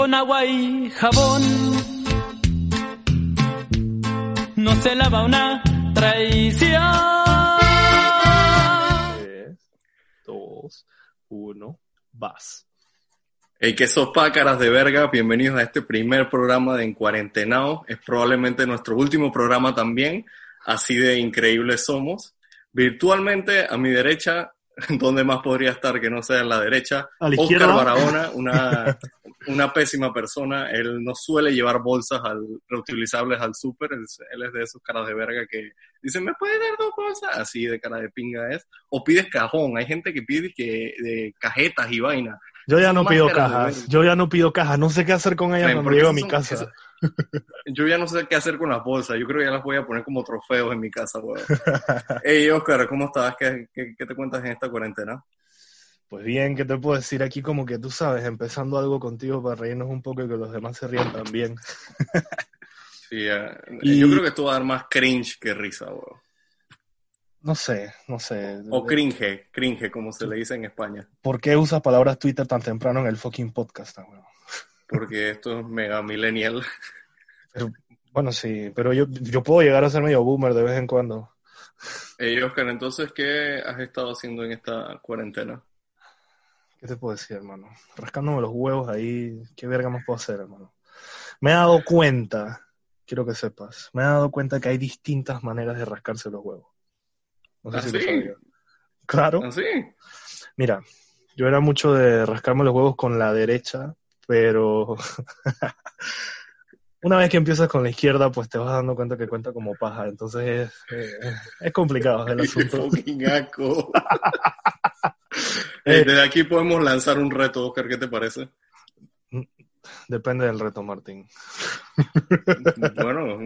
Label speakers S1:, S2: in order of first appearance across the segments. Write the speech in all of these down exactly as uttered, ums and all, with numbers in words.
S1: con agua y jabón. No se lava una traición.
S2: tres, dos, uno, vas.
S3: Hey, que sopa, caras de verga, bienvenidos a este primer programa de Encuarentenados. Es probablemente nuestro último programa también, así de increíbles somos. Virtualmente, a mi derecha, ¿dónde más podría estar que no sea en la derecha?
S2: A la
S3: Oscar
S2: izquierda.
S3: Barahona, una, una pésima persona. Él no suele llevar bolsas al, reutilizables al súper. Él, él es de esos caras de verga que dicen, ¿me puedes dar dos bolsas? Así de cara de pinga es. O pides cajón. Hay gente que pide que, de cajetas y vainas.
S2: Yo ya no
S3: Más
S2: pido
S3: caras de
S2: cajas,
S3: verga.
S2: yo ya no pido cajas, no sé qué hacer con ellas
S3: Men,
S2: cuando
S3: porque
S2: llego a
S3: esas
S2: mi
S3: son-
S2: casa.
S3: esas- Yo ya no sé qué hacer con las bolsas. Yo creo que ya las voy a poner como trofeos en mi casa, weón. Hey, Oscar, ¿cómo estás? ¿Qué, qué, qué te cuentas en esta cuarentena?
S2: Pues bien, ¿qué te puedo decir aquí? Como que tú sabes, empezando algo contigo para reírnos un poco y que los demás se rían también.
S3: Sí, eh,
S2: Y-
S3: yo creo que esto va a dar más cringe que risa, weón.
S2: No sé, no sé.
S3: O cringe, cringe, como se le dice en España.
S2: ¿Por qué usas palabras Twitter tan temprano en el fucking podcast? Ah, weón?
S3: Porque esto es mega millennial.
S2: Pero, bueno, sí, pero yo, yo puedo llegar a ser medio boomer de vez en cuando.
S3: Hey, Oscar, entonces, ¿qué has estado haciendo en esta cuarentena?
S2: ¿Qué te puedo decir, hermano? Rascándome los huevos ahí, ¿qué verga más puedo hacer, hermano? Me he dado cuenta, quiero que sepas, me he dado cuenta que hay distintas maneras de rascarse los huevos. No sé
S3: ¿Ah,
S2: si lo
S3: sí?
S2: sabías. Claro.
S3: ¿Ah, sí?
S2: Mira, yo era mucho de rascarme los huevos con la derecha, pero una vez que empiezas con la izquierda, pues te vas dando cuenta que cuenta como paja. Entonces es, es, es complicado el
S3: ¡Qué
S2: asunto.
S3: fucking asco!
S2: Eh,
S3: Hey, desde aquí podemos lanzar un reto, Oscar, ¿qué te parece?
S2: Depende del reto, Martín.
S3: Bueno,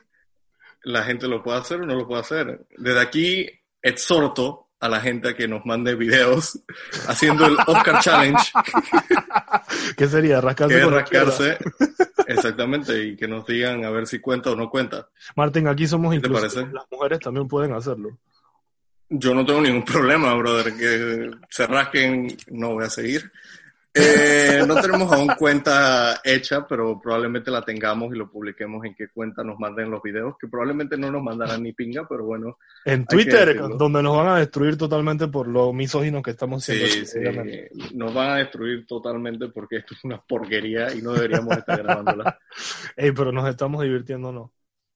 S3: la gente lo puede hacer o no lo puede hacer. Desde aquí exhorto a la gente a que nos mande videos haciendo el Oscar Challenge,
S2: ¿Qué sería? Rascarse
S3: que es
S2: con la izquierda.
S3: rascarse, exactamente, y que nos digan a ver si cuenta o no cuenta.
S2: Martín, aquí somos
S3: ¿Qué te
S2: inclusivos.
S3: parece?
S2: Las mujeres también pueden hacerlo.
S3: Yo no tengo ningún problema, brother, que se rasquen, no voy a seguir. Eh, no tenemos aún cuenta hecha, pero probablemente la tengamos y lo publiquemos en qué cuenta nos manden los videos, que probablemente no nos mandarán ni pinga, pero bueno.
S2: En
S3: Hay que
S2: Twitter,
S3: decirlo.
S2: donde nos van a destruir totalmente por lo misóginos que estamos siendo.
S3: Sí, sí,
S2: obviamente.
S3: nos van a destruir totalmente porque esto es una porquería y no deberíamos estar grabándola.
S2: Ey, pero nos estamos divirtiendo, ¿no?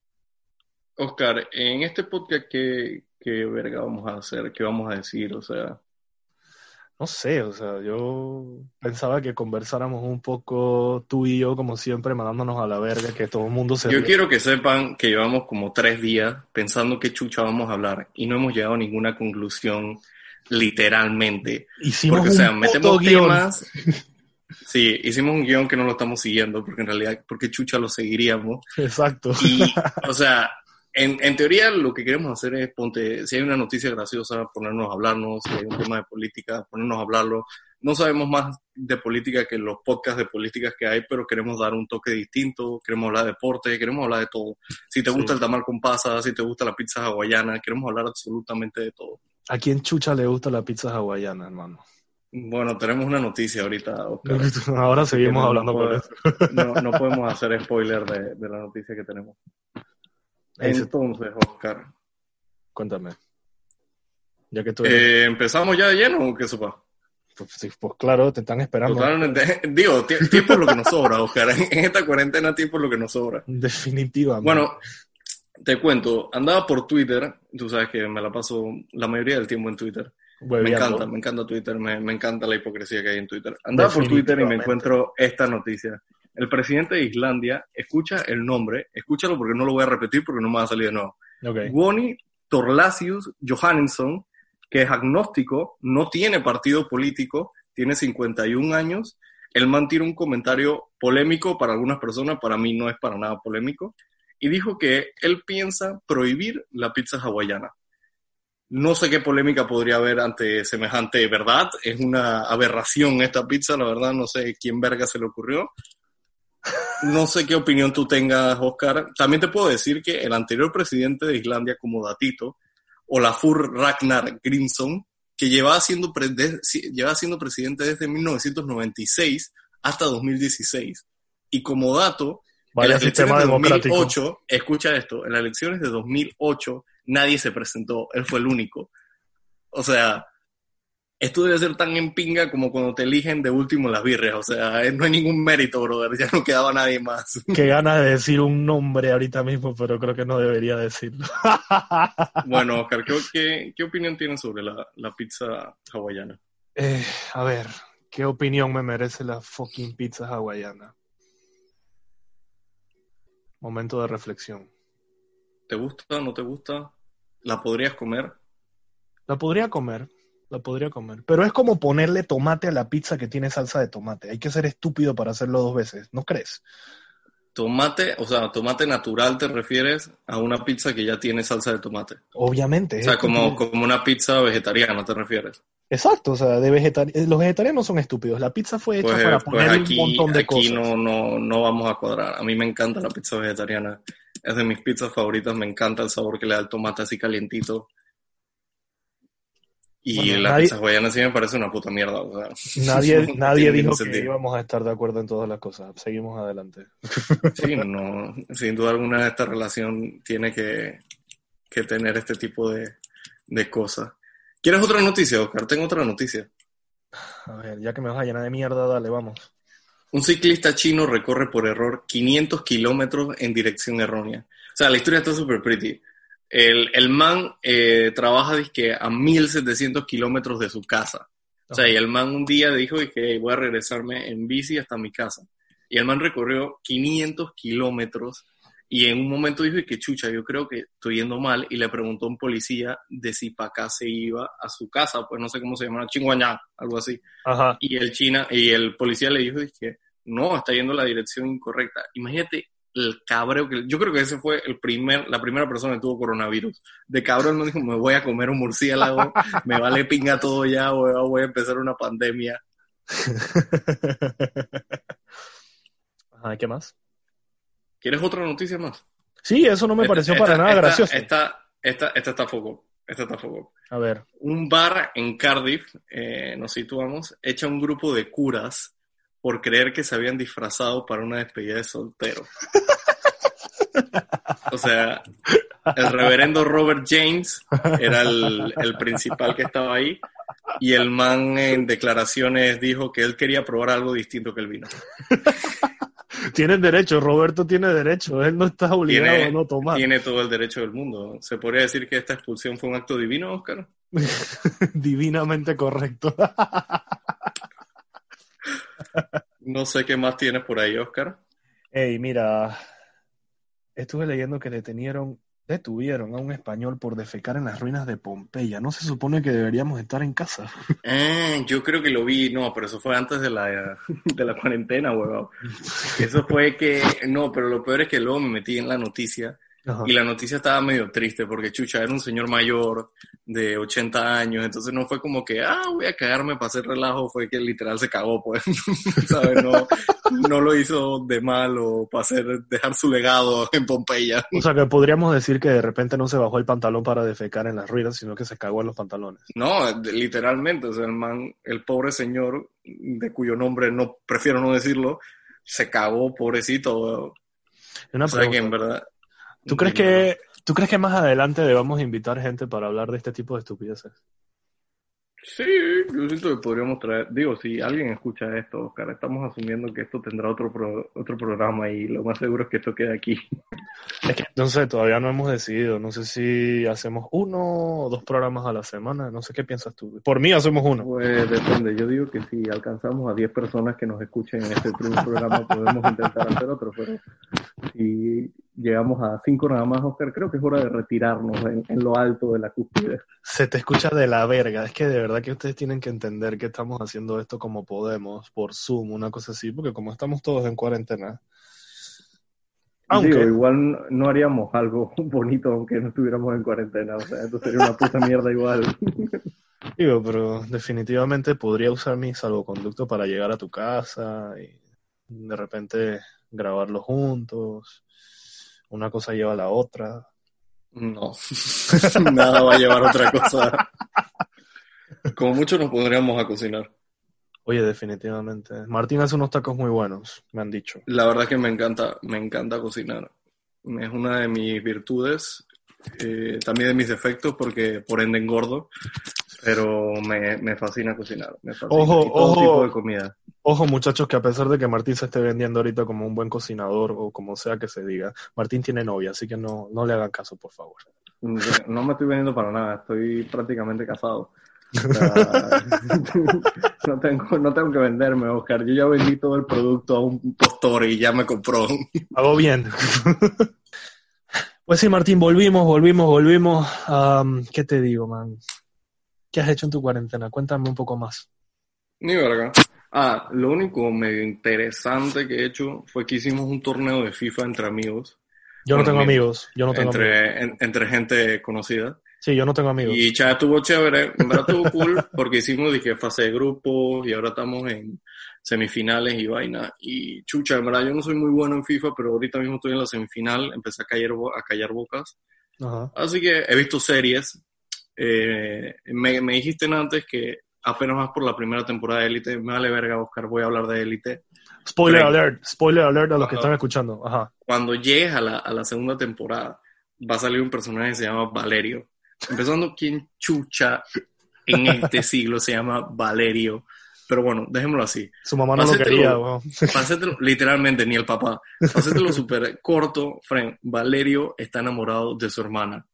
S3: Oscar, en este podcast, ¿qué, qué verga vamos a hacer? ¿Qué vamos a decir? O sea,
S2: No sé, o sea, yo pensaba que conversáramos un poco tú y yo, como siempre, mandándonos a la verga, que todo el mundo se
S3: yo
S2: ríe.
S3: quiero que sepan que llevamos como tres días pensando qué chucha vamos a hablar y no hemos llegado a ninguna conclusión literalmente.
S2: Hicimos
S3: Porque, o sea,
S2: un
S3: metemos
S2: puto guión.
S3: temas. Sí, hicimos un guión que no lo estamos siguiendo porque en realidad, ¿por qué chucha lo seguiríamos?
S2: Exacto.
S3: Y, o sea, en, en teoría lo que queremos hacer es, ponte, si hay una noticia graciosa, ponernos a hablarnos, si hay un tema de política, ponernos a hablarlo. No sabemos más de política que los podcasts de políticas que hay, pero queremos dar un toque distinto, queremos hablar de deporte, queremos hablar de todo. Si te
S2: Sí.
S3: gusta el tamal con pasas, si te gusta la pizza hawaiana, queremos hablar absolutamente de todo.
S2: ¿A quién chucha le gusta la pizza hawaiana, hermano?
S3: Bueno, tenemos una noticia ahorita, Oscar.
S2: Ahora
S3: Así
S2: seguimos
S3: que no,
S2: hablando
S3: no
S2: por
S3: puedo-
S2: eso.
S3: No, no podemos hacer spoiler de, de la noticia que tenemos.
S2: Ese-
S3: Entonces, Oscar,
S2: Cuéntame. Ya que tú eres...
S3: eh, ¿empezamos ya de lleno o qué sopa?
S2: Pues, sí, pues claro, te están esperando.
S3: Totalmente. Digo, tie- tiempo es lo que nos sobra, Oscar. En, en esta cuarentena tiempo es lo que nos sobra.
S2: Definitivamente.
S3: Bueno, te cuento, andaba por Twitter, tú sabes que me la paso la mayoría del tiempo en Twitter. Me
S2: Hueveando.
S3: encanta, me encanta Twitter, me, me encanta la hipocresía que hay en Twitter. Andaba por Twitter y me
S2: Definitivamente.
S3: encuentro esta noticia. El presidente de Islandia, escucha el nombre, escúchalo porque no lo voy a repetir porque no me va a salir de nuevo.
S2: Ok.
S3: Guðni Thorlacius Johannesson, que es agnóstico, no tiene partido político, tiene cincuenta y un años. Él mantiene un comentario polémico para algunas personas, para mí no es para nada polémico, y dijo que él piensa prohibir la pizza hawaiana. No sé qué polémica podría haber ante semejante verdad, es una aberración esta pizza, la verdad no sé quién verga se le ocurrió. No sé qué opinión tú tengas, Oscar. También te puedo decir que el anterior presidente de Islandia, como datito, Olafur Ragnar Grímsson, que llevaba siendo, pre- de- llevaba siendo presidente desde mil novecientos noventa y seis hasta dos mil dieciséis. Y como dato,
S2: Vaya
S3: en las
S2: sistema
S3: elecciones de
S2: democrático.
S3: dos mil ocho, escucha esto, en las elecciones de dos mil ocho nadie se presentó, él fue el único. O sea, esto debe ser tan en pinga como cuando te eligen de último las birrias. O sea, no hay ningún mérito, brother, ya no quedaba nadie más.
S2: Qué ganas de decir un nombre ahorita mismo, pero creo que no debería decirlo.
S3: Bueno, Oscar, ¿qué, qué, qué opinión tienes sobre la, la pizza hawaiana?
S2: Eh, a ver, ¿qué opinión me merece la fucking pizza hawaiana? Momento de reflexión.
S3: ¿Te gusta? ¿No te gusta? ¿La podrías comer?
S2: La podría comer, la podría comer. Pero es como ponerle tomate a la pizza que tiene salsa de tomate. Hay que ser estúpido para hacerlo dos veces, ¿no crees?
S3: Tomate, o sea, tomate natural te refieres a una pizza que ya tiene salsa de tomate.
S2: Obviamente.
S3: O
S2: es
S3: sea, como,
S2: estúpido.
S3: como una pizza vegetariana te refieres.
S2: Exacto, o sea, de vegetari- los vegetarianos son estúpidos. La pizza fue hecha
S3: Pues,
S2: para
S3: pues
S2: ponerle
S3: aquí,
S2: un montón de
S3: aquí
S2: cosas.
S3: no, no, no vamos a cuadrar. A mí me encanta la pizza vegetariana. Es de mis pizzas favoritas. Me encanta el sabor que le da el tomate así calientito. Y
S2: Bueno,
S3: la
S2: nadie-
S3: pizza hawaiana sí me parece una puta mierda. O sea,
S2: Nadie,
S3: no
S2: nadie
S3: tiene
S2: dijo
S3: ningún
S2: que
S3: sentido.
S2: íbamos a estar de acuerdo en todas las cosas. Seguimos adelante.
S3: Sí, no, sin duda alguna esta relación tiene que, que tener este tipo de, de cosas. ¿Quieres otra noticia, Oscar? Tengo otra noticia.
S2: A ver, ya que me vas a llenar de mierda, dale, vamos.
S3: Un ciclista chino recorre por error quinientos kilómetros en dirección errónea. O sea, la historia está súper pretty. El, el man eh, trabaja dizque, a mil setecientos kilómetros de su casa. O sea, y el man un día dijo que voy a regresarme en bici hasta mi casa. Y el man recorrió quinientos kilómetros y en un momento dijo que chucha, yo creo que estoy yendo mal, y le preguntó a un policía de si para acá se iba a su casa, pues no sé cómo se llama, Chinguañá, algo así.
S2: Ajá.
S3: Y el China, y el policía le dijo que no, está yendo en la dirección incorrecta. Imagínate el cabreo que, yo creo que ese fue el primer, la primera persona que tuvo coronavirus. De cabrón no dijo, me voy a comer un murciélago, me vale pinga todo ya, voy a, voy a empezar una pandemia.
S2: Ajá, ¿qué más?
S3: ¿Quieres otra noticia más?
S2: Sí, eso no me pareció
S3: Esta-
S2: para nada
S3: esta-
S2: gracioso.
S3: Esta, esta, esta está foco. Esta está foco.
S2: A ver.
S3: Un bar en Cardiff, eh, nos situamos, echa un grupo de curas por creer que se habían disfrazado para una despedida de soltero. O sea, el reverendo Robert James era el, el principal que estaba ahí, y el man en declaraciones dijo que él quería probar algo distinto que el vino.
S2: Tienen derecho, Roberto tiene derecho. Él no está obligado
S3: Tiene,
S2: a no tomar.
S3: tiene todo el derecho del mundo. ¿Se podría decir que esta expulsión fue un acto divino, Oscar?
S2: Divinamente correcto.
S3: No sé qué más tienes por ahí, Oscar.
S2: Ey, mira, estuve leyendo que detenieron, detuvieron a un español por defecar en las ruinas de Pompeya. ¿No se supone que deberíamos estar en casa?
S3: Ah, yo creo que lo vi, no, pero eso fue antes de la, de la cuarentena, huevón. Eso fue que, no, pero lo peor es que luego me metí en la noticia.
S2: Ajá.
S3: Y la noticia estaba medio triste porque chucha era un señor mayor de ochenta años, entonces no fue como que, ah, voy a cagarme para hacer relajo, fue que literal se cagó, pues, ¿sabes? No, no lo hizo de mal o para hacer, dejar su legado en Pompeya.
S2: O sea, que podríamos decir que de repente no se bajó el pantalón para defecar en las ruinas, sino que se cagó en los pantalones.
S3: No, de- literalmente, o sea, el man, el pobre señor, de cuyo nombre no, prefiero no decirlo, se cagó, pobrecito.
S2: Una
S3: O sea que
S2: pregunta.
S3: en verdad...
S2: ¿Tú crees que, ¿Tú crees que más adelante debamos invitar gente para hablar de este tipo de estupideces?
S3: Sí, yo siento que podríamos traer, digo, si alguien escucha esto, Oscar, estamos asumiendo que esto tendrá otro pro- otro programa y lo más seguro es que esto quede aquí.
S2: Es que no sé, todavía no hemos decidido. No sé si hacemos uno o dos programas a la semana. No sé qué piensas tú. Por mí hacemos uno.
S3: Pues depende, yo digo que si alcanzamos a diez personas que nos escuchen en este primer programa podemos intentar hacer otro, pero si llegamos a cinco nada más, Oscar, creo que es hora de retirarnos en, en lo alto de la cúspide.
S2: Se te escucha de la verga. Es que de verdad que ustedes tienen que entender que estamos haciendo esto como podemos, por Zoom, una cosa así, porque como estamos todos en cuarentena. Aunque,
S3: Digo, igual no haríamos algo bonito aunque no estuviéramos en cuarentena, o sea, esto sería una puta mierda igual.
S2: digo, pero definitivamente podría usar mi salvoconducto para llegar a tu casa y de repente grabarlo juntos. Una cosa lleva a la otra.
S3: No, nada va a llevar otra cosa. Como mucho nos pondríamos a cocinar.
S2: Oye, definitivamente. Martín hace unos tacos muy buenos, me han dicho.
S3: La verdad es que me encanta, me encanta cocinar. Es una de mis virtudes, eh, también de mis defectos, porque por ende engordo, pero me, me fascina cocinar. Me fascina.
S2: Ojo,
S3: Y todo
S2: ojo.
S3: tipo de comida.
S2: Ojo, muchachos, que a pesar de que Martín se esté vendiendo ahorita como un buen cocinador o como sea que se diga, Martín tiene novia, así que no, no le hagan caso, por favor.
S3: No me estoy vendiendo para nada, estoy prácticamente casado. O sea, no, tengo, no tengo que venderme, Oscar. Yo ya vendí todo el producto a un postor y ya me compró.
S2: Hago bien. Pues sí, Martín, volvimos, volvimos, volvimos. Um, ¿Qué te digo, man? ¿Qué has hecho en tu cuarentena? Cuéntame un poco más.
S3: Ni verga. Ah, lo único medio interesante que he hecho fue que hicimos un torneo de FIFA entre amigos.
S2: Yo
S3: Bueno,
S2: no tengo
S3: mira,
S2: amigos. Yo no tengo amigos.
S3: entre, en- entre gente conocida.
S2: Sí, yo no tengo amigos.
S3: Y ya estuvo chévere, en verdad estuvo cool, porque hicimos dije, fase de grupos y ahora estamos en semifinales y vaina. Y chucha, en verdad yo no soy muy bueno en FIFA, pero ahorita mismo estoy en la semifinal, empecé a callar, bo- a callar bocas.
S2: Ajá.
S3: Así que he visto series. Eh, me, me dijiste antes que apenas vas por la primera temporada de Élite. Me vale verga, Oscar, voy a hablar de Élite.
S2: Spoiler
S3: Frank.
S2: alert, spoiler alert a los que
S3: Ajá.
S2: están escuchando. Ajá.
S3: Cuando llegues a la, a la segunda temporada, va a salir un personaje que se llama Valerio. Empezando, ¿quién chucha en este siglo se llama Valerio? Pero bueno, dejémoslo así.
S2: Su mamá no lo
S3: Pásetelo-
S2: quería, weón.
S3: Pásetelo, literalmente, ni el papá. Pásetelo súper corto, Frank. Valerio está enamorado de su hermana.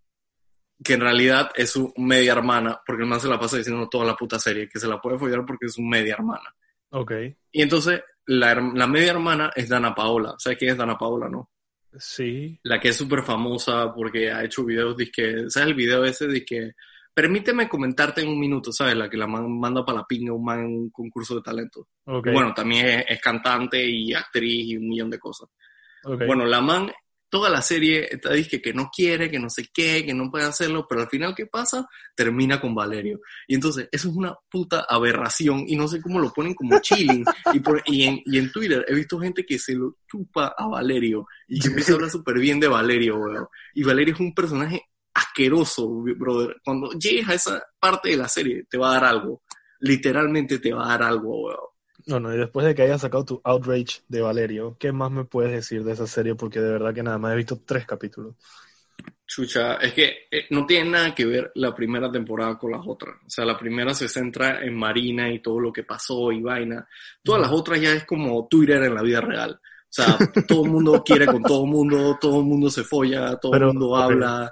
S3: Que en realidad es su media hermana, porque el man se la pasa diciendo toda la puta serie, que se la puede follar porque es su media hermana.
S2: Ok.
S3: Y entonces, la, her- la media hermana es Dana Paola. ¿Sabes quién es Dana Paola, no?
S2: Sí.
S3: La que es súper famosa porque ha hecho videos, que ¿sabes el video ese de que permíteme comentarte en un minuto, ¿sabes? La que la man- manda para la pinga un man en un concurso de talento.
S2: Ok.
S3: Y bueno, también es, es cantante y actriz y un millón de cosas.
S2: Ok.
S3: Bueno, la man, toda la serie está dice que no quiere, que no sé qué, que no puede hacerlo, pero al final, ¿qué pasa? Termina con Valerio. Y entonces, eso es una puta aberración y no sé cómo lo ponen como chilling. Y, por, y, en, y en Twitter he visto gente que se lo chupa a Valerio y que empieza a hablar súper bien de Valerio, weón. Y Valerio es un personaje asqueroso, brother. Cuando llegues a esa parte de la serie, te va a dar algo. Literalmente te va a dar algo, weón.
S2: No, no, y después de que hayas sacado tu Outrage de Valerio, ¿qué más me puedes decir de esa serie? Porque de verdad que nada más he visto tres capítulos.
S3: Chucha, es que eh, no tiene nada que ver la primera temporada con las otras. O sea, la primera se centra en Marina y todo lo que pasó y vaina. Todas las otras ya es como Twitter en la vida real. O sea, todo el mundo quiere con todo el mundo, todo el mundo se folla, todo el
S2: Pero,
S3: mundo
S2: ok.
S3: habla.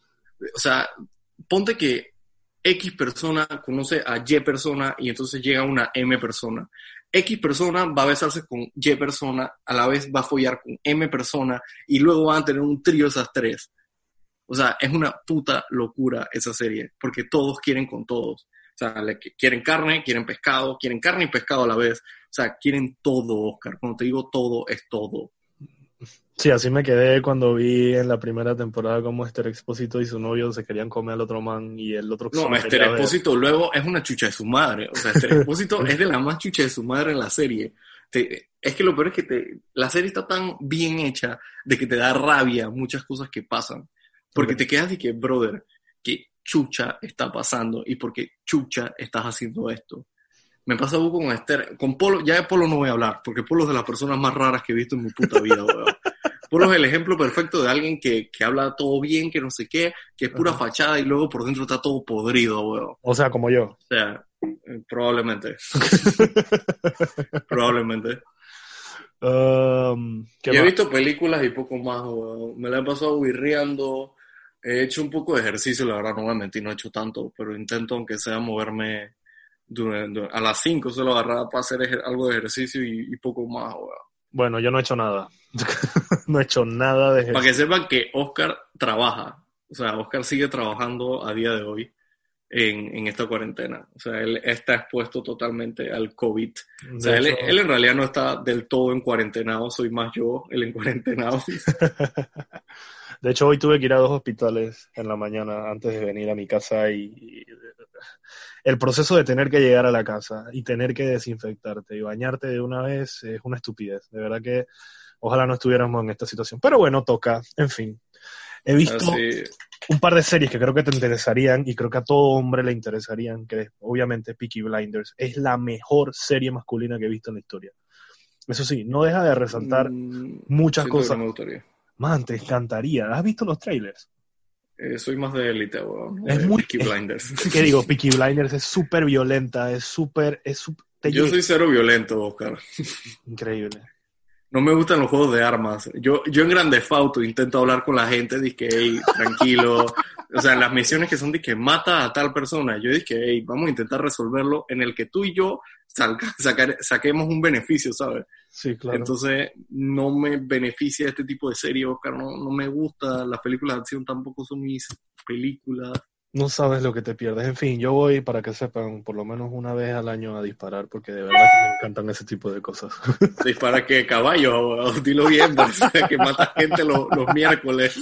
S3: O sea, ponte que X persona conoce a Y persona y entonces llega una M persona. X persona va a besarse con Y persona, a la vez va a follar con M persona y luego van a tener un trío esas tres. O sea, es una puta locura esa serie, porque todos quieren con todos. O sea, le, quieren carne, quieren pescado, quieren carne y pescado a la vez. O sea, quieren todo, Oscar. Cuando te digo todo, es todo.
S2: Sí, así me quedé cuando vi en la primera temporada cómo Esther Expósito y su novio se querían comer al otro man y el otro
S3: No,
S2: solo
S3: Esther
S2: quería ver.
S3: Expósito luego es una chucha de su madre. O sea, Esther Expósito es de la más chucha de su madre en la serie. Te, es que lo peor es que te, la serie está tan bien hecha de que te da rabia muchas cosas que pasan. Porque
S2: Ok.
S3: te quedas de que, brother, que chucha está pasando y porque chucha estás haciendo esto. Me pasa algo con Esther, con Polo, ya de Polo no voy a hablar, porque Polo es de las personas más raras que he visto en mi puta vida, weón. Polo es el ejemplo perfecto de alguien que, que habla todo bien, que no sé qué, que es pura
S2: Ajá.
S3: fachada y luego por dentro está todo podrido, weón.
S2: O sea, como yo.
S3: O sea, eh, probablemente. Probablemente.
S2: Um, ¿qué
S3: Yo he
S2: más?
S3: visto películas y poco más, weón. Me la he pasado birreando. He hecho un poco de ejercicio, la verdad, no me mentir, no he hecho tanto, pero intento, aunque sea, moverme durante, a las cinco solo agarraba para hacer ejer- algo de ejercicio y, y poco más, weón.
S2: Bueno, yo no he hecho nada. No he hecho nada de
S3: Para que
S2: ejercicio.
S3: sepan que Oscar trabaja, o sea, Oscar sigue trabajando a día de hoy en, en esta cuarentena. O sea, él está expuesto totalmente al COVID. O sea,
S2: De
S3: él,
S2: hecho,
S3: él en realidad no está del todo en cuarentenado, soy más yo el en cuarentenado.
S2: de hecho, hoy tuve que ir a dos hospitales en la mañana antes de venir a mi casa y, y el proceso de tener que llegar a la casa y tener que desinfectarte y bañarte de una vez es una estupidez. De verdad que ojalá no estuviéramos en esta situación. Pero bueno, toca. En fin. He visto,
S3: Así,
S2: un par de series que creo que te interesarían y creo que a todo hombre le interesarían, que es, obviamente Peaky Blinders. Es la mejor serie masculina que he visto en la historia. Eso sí, no deja de resaltar
S3: Mm,
S2: muchas
S3: siento que
S2: cosas.
S3: no me gustaría.
S2: Man, te encantaría. ¿Has visto los trailers?
S3: Eh, soy más de élite, weón.
S2: Es
S3: de
S2: muy...
S3: Peaky Blinders.
S2: ¿Qué digo? Peaky Blinders es súper violenta, es súper... Es sup- te
S3: Yo
S2: llega-
S3: soy cero violento, Oscar.
S2: Increíble.
S3: No me gustan los juegos de armas. Yo, yo en Grand Theft Auto intento hablar con la gente, dije, hey, tranquilo. O sea, en las misiones que son de que mata a tal persona, yo dije, hey, vamos a intentar resolverlo en el que tú y yo salga, sacar, saquemos un beneficio, ¿sabes?
S2: Sí, claro.
S3: Entonces, no me beneficia este tipo de serie, Oscar, no, no me gusta. Las películas de acción tampoco son mis películas.
S2: No sabes lo que te pierdes. En fin, yo voy, para que sepan, por lo menos una vez al año a disparar, porque de verdad que me encantan ese tipo de cosas.
S3: Dispara que caballos, weón, dilo bien, parece que mata gente los, los miércoles.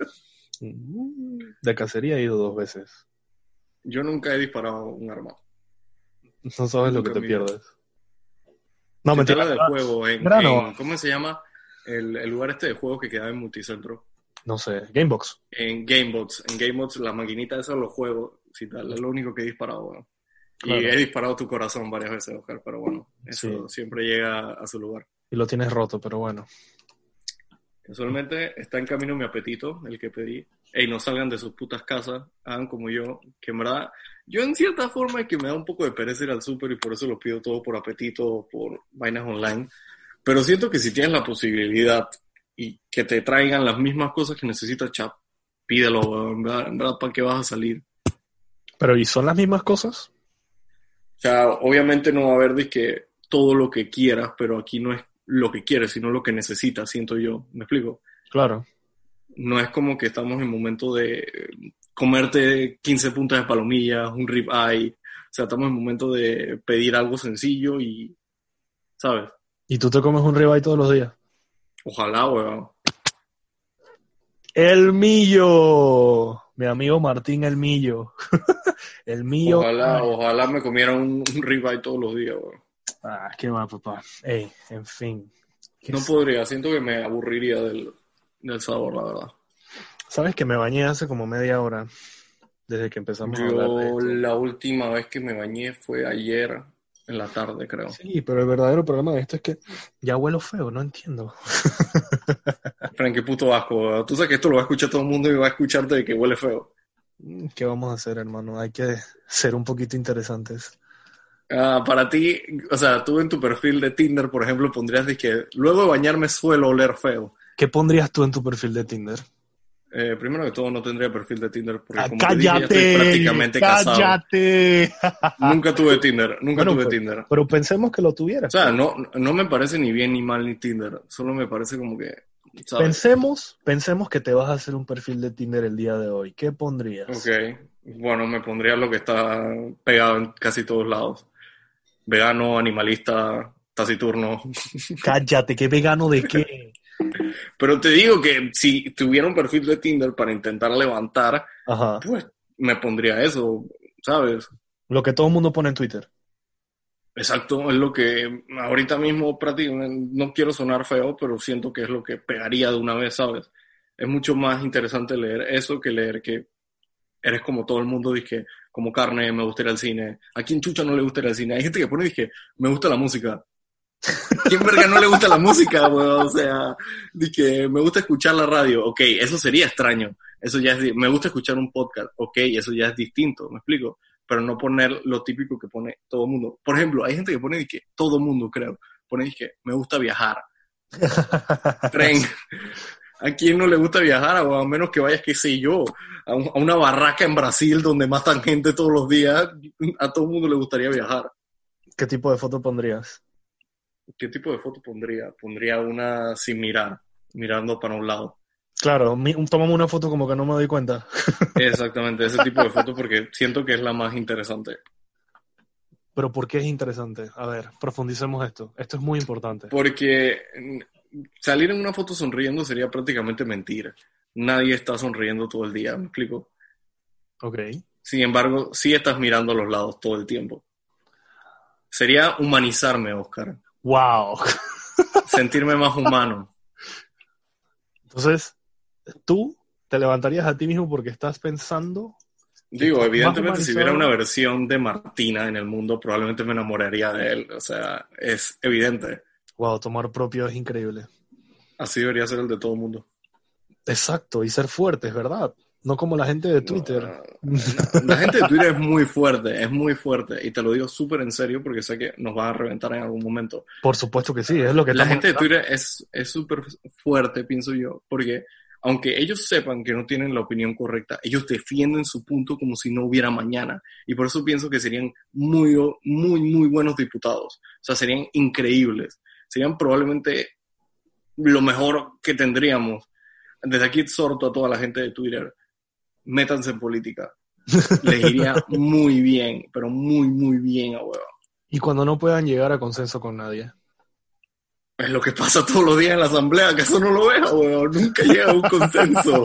S2: De cacería he ido dos veces.
S3: Yo nunca he disparado un arma.
S2: No sabes lo que
S3: Nunca
S2: te
S3: en mi vida.
S2: pierdes. No,
S3: Se
S2: mentira.
S3: trata del juego, en,
S2: Grano.
S3: en- ¿cómo se llama? El, el lugar este de juego que queda en Multicentro.
S2: No sé, Gamebox.
S3: En Gamebots. En Gamebots, la maquinita esa de los juegos, sí, tal, es lo único que he disparado, weón.
S2: Claro.
S3: Y he disparado tu corazón varias veces, Oscar, pero bueno, eso
S2: Sí.
S3: siempre llega a su lugar.
S2: Y lo tienes roto, pero bueno.
S3: Casualmente está en camino mi apetito, el que pedí. Ey, no salgan de sus putas casas, hagan como yo, que en verdad, yo en cierta forma es que me da un poco de pereza ir al súper y por eso lo pido todo por apetito o por vainas online. Pero siento que si tienes la posibilidad y que te traigan las mismas cosas que necesitas, chap, pídelo, weón, en verdad, en verdad, ¿para qué vas a salir?
S2: Pero ¿y son las mismas cosas?
S3: O sea, obviamente no va a haber de que todo lo que quieras, pero aquí no es lo que quieres, sino lo que necesitas, siento yo. ¿Me explico?
S2: Claro.
S3: No es como que estamos en momento de eh, comerte quince puntas de palomillas, un rib eye. O sea, estamos en momento de pedir algo sencillo y, ¿sabes?
S2: ¿Y tú te comes un ribeye todos los días?
S3: Ojalá, weón.
S2: El Millo. Mi amigo Martín El Millo. El Millo.
S3: Ojalá,
S2: Ay.
S3: ojalá me comiera un, un rib eye todos los días, weón.
S2: Ah, qué mal, papá. Ey, en fin. ¿Qué
S3: No
S2: es?
S3: podría, siento que me aburriría del, del sabor, la verdad.
S2: ¿Sabes que me bañé hace como media hora? Desde que empezamos a hablar de
S3: Yo
S2: esto.
S3: la última vez que me bañé fue ayer en la tarde, creo.
S2: Sí, pero el verdadero problema de esto es que ya huelo feo, no entiendo.
S3: Frank, qué puto asco, weón. Tú sabes que esto lo va a escuchar todo el mundo y va a escucharte de que huele feo.
S2: ¿Qué vamos a hacer, hermano? Hay que ser un poquito interesantes.
S3: Ah, para ti, o sea, tú en tu perfil de Tinder, por ejemplo, pondrías de que luego de bañarme suelo oler feo.
S2: ¿Qué pondrías tú en tu perfil de Tinder?
S3: Eh, primero que todo, no tendría perfil de Tinder porque,
S2: Ah,
S3: como te dije, ya estoy
S2: ¡cállate!
S3: prácticamente casado.
S2: ¡Cállate!
S3: Nunca tuve Tinder, nunca
S2: Bueno,
S3: tuve
S2: pero,
S3: Tinder.
S2: pero pensemos que lo tuvieras.
S3: O sea, no, no me parece ni bien ni mal ni Tinder, solo me parece como que, ¿sabes?
S2: Pensemos, pensemos que te vas a hacer un perfil de Tinder el día de hoy. ¿Qué pondrías?
S3: Ok, bueno, me pondría lo que está pegado en casi todos lados. Vegano, animalista, taciturno.
S2: Cállate, ¿qué vegano de qué?
S3: Pero te digo que si tuviera un perfil de Tinder para intentar levantar,
S2: Ajá.
S3: pues me pondría eso, ¿sabes?
S2: Lo que todo el mundo pone en Twitter.
S3: Exacto, es lo que ahorita mismo prácticamente, no quiero sonar feo, pero siento que es lo que pegaría de una vez, ¿sabes? Es mucho más interesante leer eso que leer que eres como todo el mundo, dije, como carne, me gusta ir al cine. ¿A quién chucha no le gusta ir al cine? Hay gente que pone, dije, me gusta la música. ¿Quién verga no le gusta la música, weón? O sea, dije, me gusta escuchar la radio. Ok, eso sería extraño. Eso ya es, me gusta escuchar un podcast. Ok, eso ya es distinto, ¿me explico? Pero no poner lo típico que pone todo el mundo. Por ejemplo, hay gente que pone, dije, todo el mundo, creo. Pone, dije, me gusta viajar. Tren. ¿A quién no le gusta viajar? O a menos que vayas, qué sé yo, a, un, a una barraca en Brasil donde matan gente todos los días. A todo el mundo le gustaría viajar.
S2: ¿Qué tipo de foto pondrías?
S3: ¿Qué tipo de foto pondría? Pondría una sin mirar, mirando para un lado.
S2: Claro, mi, tómame una foto como que no me doy cuenta.
S3: Exactamente, ese tipo de foto porque siento que es la más interesante.
S2: Pero ¿por qué es interesante? A ver, profundicemos esto. Esto es muy importante.
S3: Porque salir en una foto sonriendo sería prácticamente mentira. Nadie está sonriendo todo el día, ¿me explico?
S2: Ok.
S3: Sin embargo, sí estás mirando a los lados todo el tiempo. Sería humanizarme, Oscar.
S2: ¡Wow!
S3: Sentirme más humano.
S2: Entonces, tú te levantarías a ti mismo porque estás pensando...
S3: Digo,
S2: Más
S3: evidentemente si hubiera
S2: humanizado.
S3: una versión de Martina en el mundo, probablemente me enamoraría de él. O sea, es evidente.
S2: Wow, tomar propio es increíble.
S3: Así debería ser el de todo el mundo.
S2: Exacto, y ser fuerte, es verdad. No como la gente de Twitter.
S3: No, no, la gente de Twitter es muy fuerte, es muy fuerte. Y te lo digo súper en serio porque sé que nos van a reventar en algún momento.
S2: Por supuesto que sí, es lo que
S3: La
S2: estamos
S3: gente de
S2: hablando.
S3: Twitter es es súper fuerte, pienso yo, porque aunque ellos sepan que no tienen la opinión correcta, ellos defienden su punto como si no hubiera mañana. Y por eso pienso que serían muy, muy, muy buenos diputados. O sea, serían increíbles. Serían probablemente lo mejor que tendríamos. Desde aquí exhorto a toda la gente de Twitter, métanse en política. Les iría muy bien, pero muy, muy bien a huevo.
S2: Y cuando no puedan llegar a consenso con nadie.
S3: Es lo que pasa todos los días en la asamblea, ¿acaso no lo ves, weón? Nunca llega a un consenso.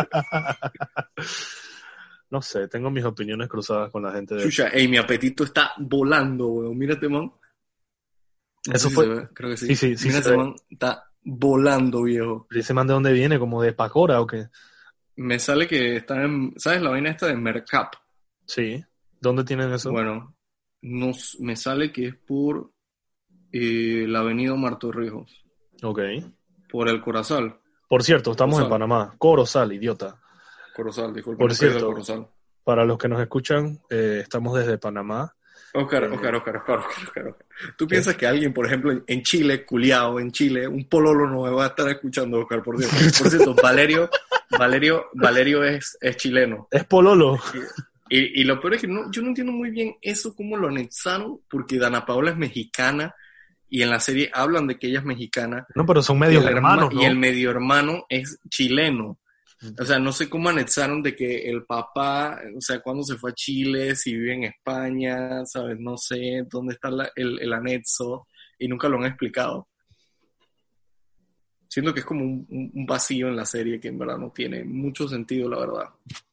S2: No sé, tengo mis opiniones cruzadas con la gente de...
S3: Chucha, ey, mi apetito está volando, weón. Mírate, man. No
S2: Eso
S3: sé si
S2: fue-
S3: se ve, creo que sí.
S2: Sí, sí, sí
S3: Mira
S2: se
S3: ese
S2: ve.
S3: man, está volando, viejo.
S2: ¿Y ese man de dónde viene? ¿Como de Pacora o qué?
S3: Me sale que está en, ¿sabes la vaina esta de Mercap?
S2: Sí. ¿Dónde tienen eso?
S3: Bueno, nos, me sale que es por eh, la avenida Omar Torrijos,
S2: Ok.
S3: por el Corozal.
S2: Por cierto, estamos en
S3: Corozal.
S2: Panamá. Corozal, idiota.
S3: Corozal, disculpa,
S2: Por
S3: no soy del
S2: cierto.
S3: Corozal.
S2: Para los que nos escuchan, eh, estamos desde Panamá.
S3: Oscar,
S2: Eh,
S3: Oscar, Oscar, Oscar, Oscar, Oscar, Oscar. ¿Tú piensas que alguien, por ejemplo, en, en Chile, culiao, en Chile, un pololo no me va a estar escuchando, Oscar, por Dios? Por cierto, Valerio, Valerio, Valerio es, es chileno.
S2: Es Pololo.
S3: Y, y lo peor es que no, yo no entiendo muy bien eso, cómo lo anexaron, porque Dana Paola es mexicana y en la serie hablan de que ella es mexicana.
S2: No, pero son
S3: Y
S2: medios
S3: el, herma-
S2: hermanos, ¿no?
S3: y el medio hermano es chileno. O sea, no sé cómo anexaron de que el papá, o sea, cuando se fue a Chile, si vive en España, ¿sabes? No sé dónde está la- el, el anexo y nunca lo han explicado. Siento que es como un, un- un vacío en la serie que en verdad no tiene mucho sentido, la verdad.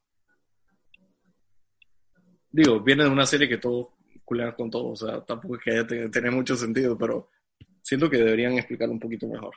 S3: Digo, viene de una serie que todos culean con todo, o sea, tampoco es que haya te- tener mucho sentido, pero siento que deberían explicar un poquito mejor.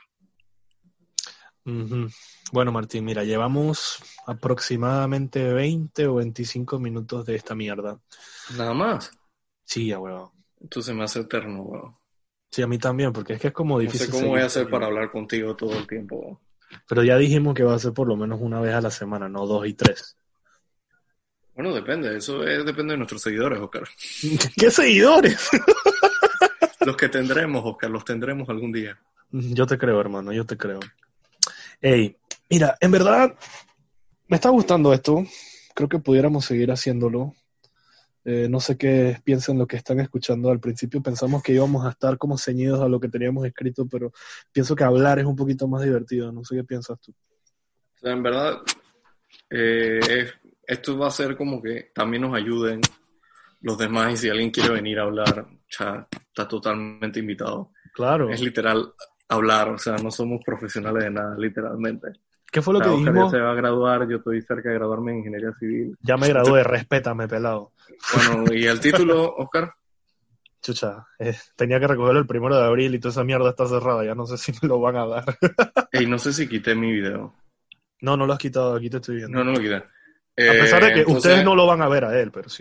S2: Ujú. Bueno, Martín, mira, llevamos aproximadamente veinte o veinticinco minutos de esta mierda.
S3: Nada más.
S2: Sí, ya, huevón.
S3: Entonces me hace eterno, weón.
S2: Sí, a mí también, porque es que es como
S3: No
S2: difícil
S3: sé cómo voy a hacer
S2: seguir.
S3: para hablar contigo todo el tiempo, weón.
S2: Pero ya dijimos que va a ser por lo menos una vez a la semana, no dos y tres.
S3: Bueno, depende, eso es- depende de nuestros seguidores, Oscar.
S2: ¿Qué seguidores?
S3: Los que tendremos, Oscar, los tendremos algún día.
S2: Yo te creo, hermano, yo te creo. Ey, mira, en verdad me está gustando esto. Creo que pudiéramos seguir haciéndolo. Eh, no sé qué piensan los que están escuchando. Al principio pensamos que íbamos a estar como ceñidos a lo que teníamos escrito, pero pienso que hablar es un poquito más divertido. No sé qué piensas tú.
S3: O sea, en verdad, eh, es- esto va a ser como que también nos ayuden los demás y si alguien quiere venir a hablar, ya está totalmente invitado.
S2: Claro.
S3: Es literal hablar, o sea, no somos profesionales de nada, literalmente.
S2: ¿Qué fue lo
S3: O sea,
S2: que
S3: Oscar ya
S2: dijimos?
S3: se va a graduar, yo estoy cerca de graduarme en Ingeniería Civil.
S2: Ya me gradué, respétame, pelado.
S3: Bueno, y el título, Oscar,
S2: Chucha, eh, tenía que recogerlo el primero de abril y toda esa mierda está cerrada. Ya no sé si me lo van a dar.
S3: ey, no sé si quité mi video.
S2: No, no lo has quitado, aquí te estoy viendo.
S3: No, no lo quité.
S2: A pesar de que
S3: Eh, entonces-
S2: ustedes no lo van a ver a él, pero sí.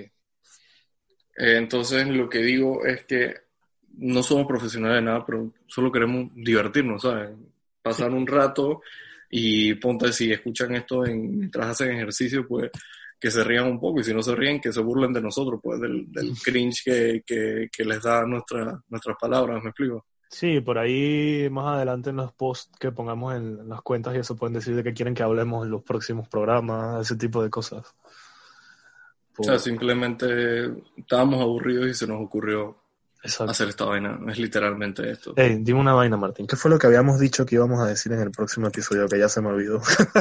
S3: Eh, entonces, lo que digo es que no somos profesionales de nada, pero solo queremos divertirnos, ¿sabes? Pasar un rato y ponte, si escuchan esto en, mientras hacen ejercicio, pues que se rían un poco, y si no se ríen, que se burlen de nosotros, pues del, del cringe que, que, que les da nuestra, nuestras palabras, ¿me explico?
S2: Sí, por ahí más adelante en los posts que pongamos en las cuentas y eso pueden decir de qué quieren que hablemos en los próximos programas, ese tipo de cosas.
S3: O sea, simplemente estábamos aburridos y se nos ocurrió
S2: Exacto.
S3: hacer esta vaina, es literalmente esto.
S2: Hey, dime una vaina, Martín. ¿Qué fue lo que habíamos dicho que íbamos a decir en el próximo episodio que ya se me olvidó?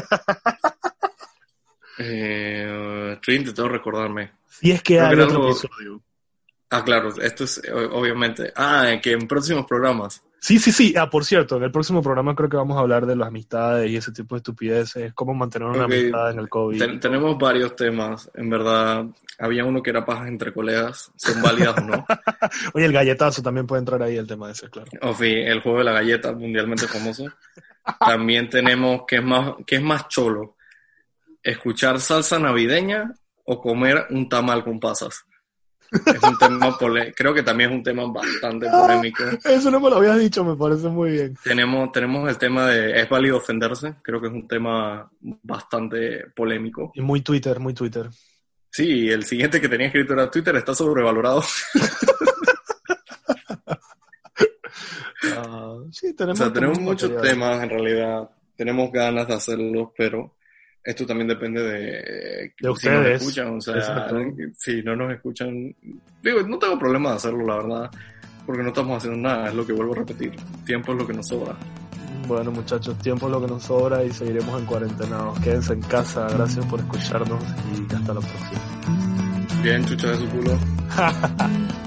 S3: Eh, estoy intentando recordarme.
S2: Si es que
S3: Creo
S2: hay
S3: que era
S2: otro
S3: algo-
S2: episodio.
S3: Ah, claro, esto es o- obviamente. Ah, que en próximos programas.
S2: Sí, sí, sí. Ah, por cierto, en el próximo programa creo que vamos a hablar de las amistades y ese tipo de estupideces, cómo mantener una
S3: Ok,
S2: amistad en el COVID.
S3: Ten- tenemos varios temas, en verdad. Había uno que era pajas entre colegas, ¿son válidas o no?
S2: Oye, el galletazo también puede entrar ahí el tema ese, claro.
S3: O fin, el juego de la galleta, mundialmente famoso. También tenemos que es más, que es más cholo. ¿escuchar salsa navideña o comer un tamal con pasas? Es un tema pole- creo que también es un tema bastante polémico.
S2: Eso no me lo habías dicho, me parece muy bien.
S3: Tenemos, tenemos el tema de ¿es válido ofenderse? Creo que es un tema bastante polémico.
S2: Y muy Twitter, muy Twitter.
S3: Sí, el siguiente que tenía escrito era Twitter está sobrevalorado.
S2: Uh, sí, tenemos,
S3: O sea, tenemos
S2: tenemos
S3: muchos
S2: material.
S3: temas en realidad. Tenemos ganas de hacerlos, pero esto también depende de,
S2: De
S3: si nos
S2: ustedes.
S3: escuchan. O sea,
S2: Exacto.
S3: si no nos escuchan, digo, no tengo problema de hacerlo, la verdad, porque no estamos haciendo nada, es lo que vuelvo a repetir. Tiempo es lo que nos sobra.
S2: Bueno, muchachos, tiempo es lo que nos sobra y seguiremos en cuarentenados. Quédense en casa, gracias por escucharnos y hasta la próxima.
S3: Bien, chucha de su culo.